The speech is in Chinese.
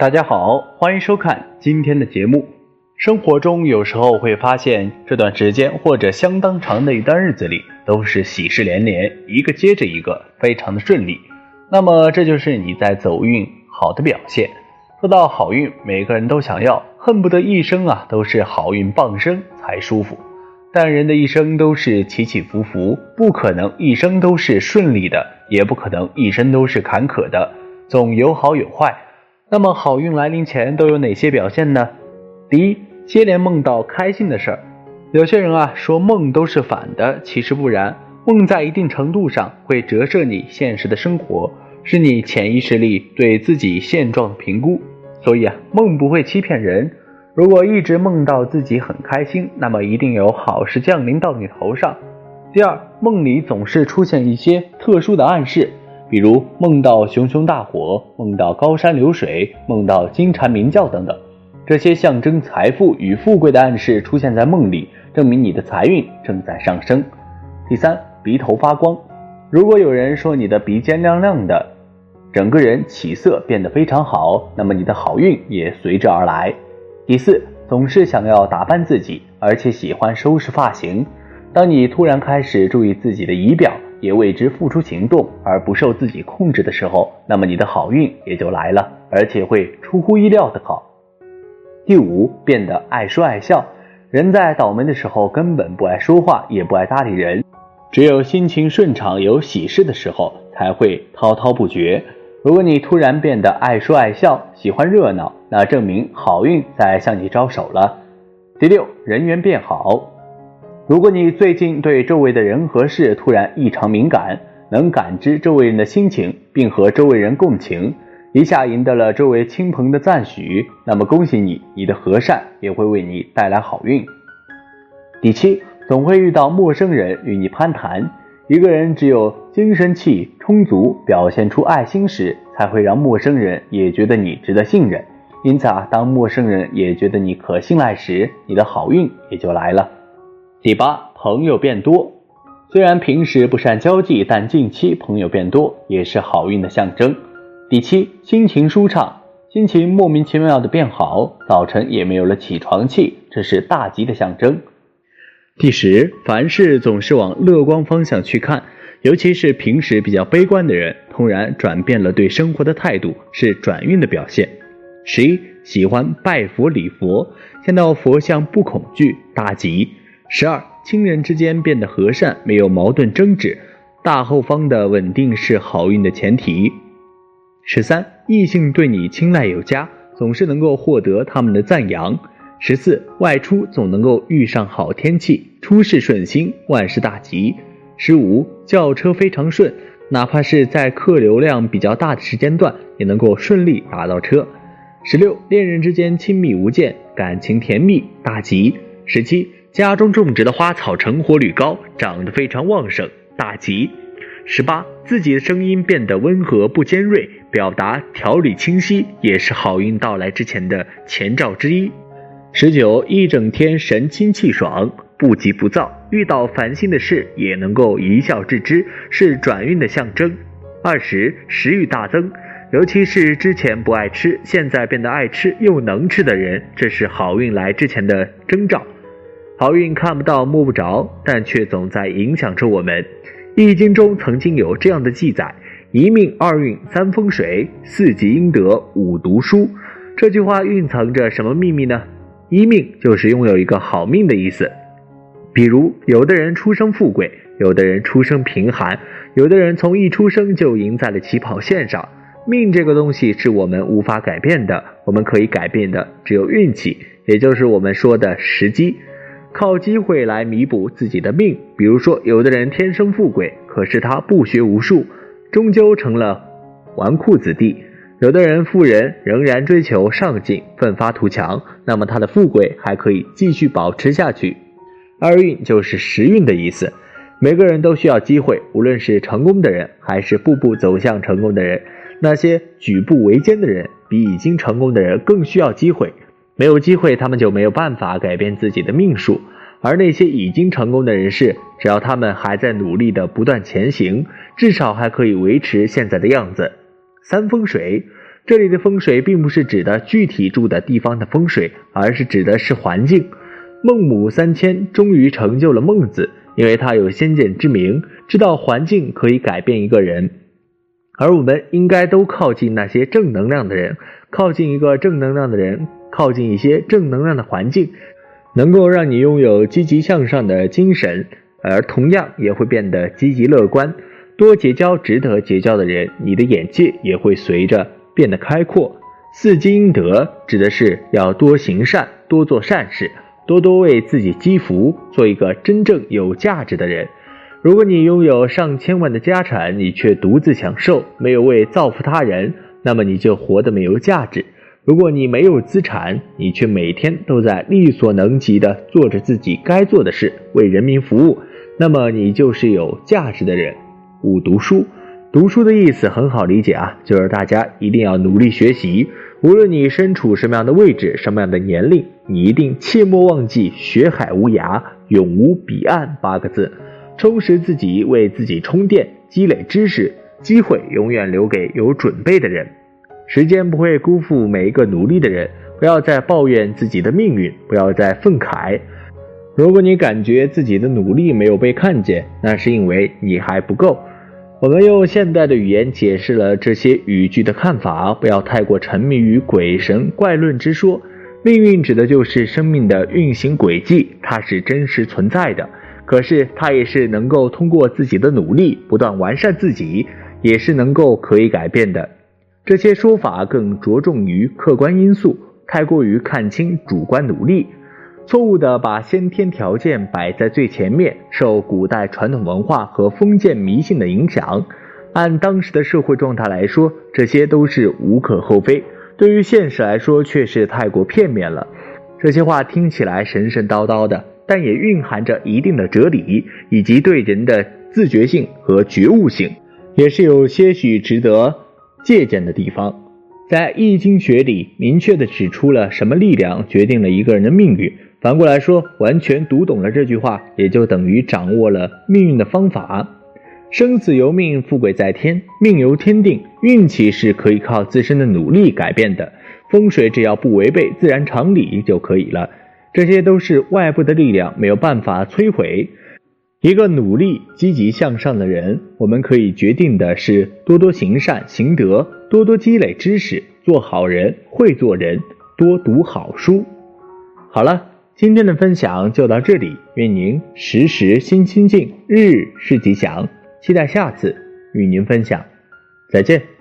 大家好，欢迎收看今天的节目。生活中有时候会发现，这段时间或者相当长的一段日子里，都是喜事连连，一个接着一个，非常的顺利。那么这就是你在走运好的表现。说到好运，每个人都想要，恨不得一生都是好运傍身才舒服。但人的一生都是起起伏伏，不可能一生都是顺利的，也不可能一生都是坎坷的，总有好有坏。那么好运来临前都有哪些表现呢？第一，接连梦到开心的事儿。有些人说梦都是反的，其实不然。梦在一定程度上会折射你现实的生活，是你潜意识里对自己现状的评估。所以梦不会欺骗人。如果一直梦到自己很开心，那么一定有好事降临到你头上。第二，梦里总是出现一些特殊的暗示，比如梦到熊熊大火，梦到高山流水，梦到金蝉鸣叫等等。这些象征财富与富贵的暗示出现在梦里，证明你的财运正在上升。第三，鼻头发光。如果有人说你的鼻尖亮亮的，整个人起色变得非常好，那么你的好运也随之而来。第四，总是想要打扮自己，而且喜欢收拾发型。当你突然开始注意自己的仪表，也为之付出行动，而不受自己控制的时候，那么你的好运也就来了，而且会出乎意料的好。第五，变得爱说爱笑。人在倒霉的时候根本不爱说话，也不爱搭理人，只有心情顺畅有喜事的时候才会滔滔不绝。如果你突然变得爱说爱笑，喜欢热闹，那证明好运在向你招手了。第六，人缘变好。如果你最近对周围的人和事突然异常敏感，能感知周围人的心情，并和周围人共情，一下赢得了周围亲朋的赞许，那么恭喜你，你的和善也会为你带来好运。第七，总会遇到陌生人与你攀谈。一个人只有精神气充足，表现出爱心时，才会让陌生人也觉得你值得信任。因此当陌生人也觉得你可信赖时，你的好运也就来了。第八，朋友变多。虽然平时不善交际，但近期朋友变多，也是好运的象征。第七，心情舒畅。心情莫名其妙的变好，早晨也没有了起床气，这是大吉的象征。第十，凡事总是往乐观方向去看，尤其是平时比较悲观的人，突然转变了对生活的态度，是转运的表现。11，喜欢拜佛礼佛，见到佛像不恐惧，大吉。12，亲人之间变得和善，没有矛盾争执，大后方的稳定是好运的前提。13，异性对你青睐有加，总是能够获得他们的赞扬。14，外出总能够遇上好天气，出事顺心，万事大吉。15，轿车非常顺，哪怕是在客流量比较大的时间段，也能够顺利打到车。16，恋人之间亲密无间，感情甜蜜，大吉。17，家中种植的花草成活率高，长得非常旺盛，大吉。18，自己的声音变得温和不尖锐，表达条理清晰，也是好运到来之前的前兆之一。19，一整天神清气爽，不急不躁，遇到烦心的事也能够一笑置之，是转运的象征。20，食欲大增，尤其是之前不爱吃，现在变得爱吃又能吃的人，这是好运来之前的征兆。好运看不到摸不着，但却总在影响着我们。易经中曾经有这样的记载：一命二运三风水，四积阴德五读书。这句话蕴藏着什么秘密呢？一命就是拥有一个好命的意思，比如有的人出生富贵，有的人出生贫寒，有的人从一出生就赢在了起跑线上。命这个东西是我们无法改变的，我们可以改变的只有运气，也就是我们说的时机。靠机会来弥补自己的命，比如说有的人天生富贵，可是他不学无术，终究成了纨绔子弟。有的人富人仍然追求上进，奋发图强，那么他的富贵还可以继续保持下去。二运就是时运的意思，每个人都需要机会，无论是成功的人还是步步走向成功的人，那些举步维艰的人比已经成功的人更需要机会，没有机会他们就没有办法改变自己的命数。而那些已经成功的人士，只要他们还在努力的不断前行，至少还可以维持现在的样子。三风水， 这里的风水并不是指的具体住的地方的风水，而是指的是环境。孟母三迁终于成就了孟子，因为他有先见之明，知道环境可以改变一个人。而我们应该都靠近那些正能量的人，靠近一个正能量的人，靠近一些正能量的环境，能够让你拥有积极向上的精神，而同样也会变得积极乐观。多结交值得结交的人，你的眼界也会随着变得开阔。四积阴德指的是要多行善，多做善事，多多为自己积福，做一个真正有价值的人。如果你拥有上千万的家产，你却独自享受，没有为造福他人，那么你就活得没有价值。如果你没有资产，你却每天都在力所能及地做着自己该做的事，为人民服务，那么你就是有价值的人。五、读书。读书的意思很好理解啊，就是大家一定要努力学习，无论你身处什么样的位置，什么样的年龄，你一定切莫忘记学海无涯，永无彼岸8个字，充实自己，为自己充电，积累知识，机会永远留给有准备的人。时间不会辜负每一个努力的人，不要再抱怨自己的命运，不要再愤慨。如果你感觉自己的努力没有被看见，那是因为你还不够。我们用现代的语言解释了这些语句的看法，不要太过沉迷于鬼神怪论之说。命运指的就是生命的运行轨迹，它是真实存在的，可是它也是能够通过自己的努力不断完善自己，也是能够可以改变的。这些说法更着重于客观因素，太过于看清主观努力，错误地把先天条件摆在最前面，受古代传统文化和封建迷信的影响。按当时的社会状态来说，这些都是无可厚非，对于现实来说却是太过片面了。这些话听起来神神叨叨的，但也蕴含着一定的哲理，以及对人的自觉性和觉悟性，也是有些许值得借鉴的地方。在易经学里明确地指出了什么力量决定了一个人的命运，反过来说，完全读懂了这句话，也就等于掌握了命运的方法。生死由命，富贵在天，命由天定，运气是可以靠自身的努力改变的，风水只要不违背自然常理就可以了，这些都是外部的力量没有办法摧毁。一个努力积极向上的人，我们可以决定的是多多行善行德，多多积累知识，做好人，会做人，多读好书。好了，今天的分享就到这里，愿您时时心清静，日日是吉祥，期待下次与您分享，再见。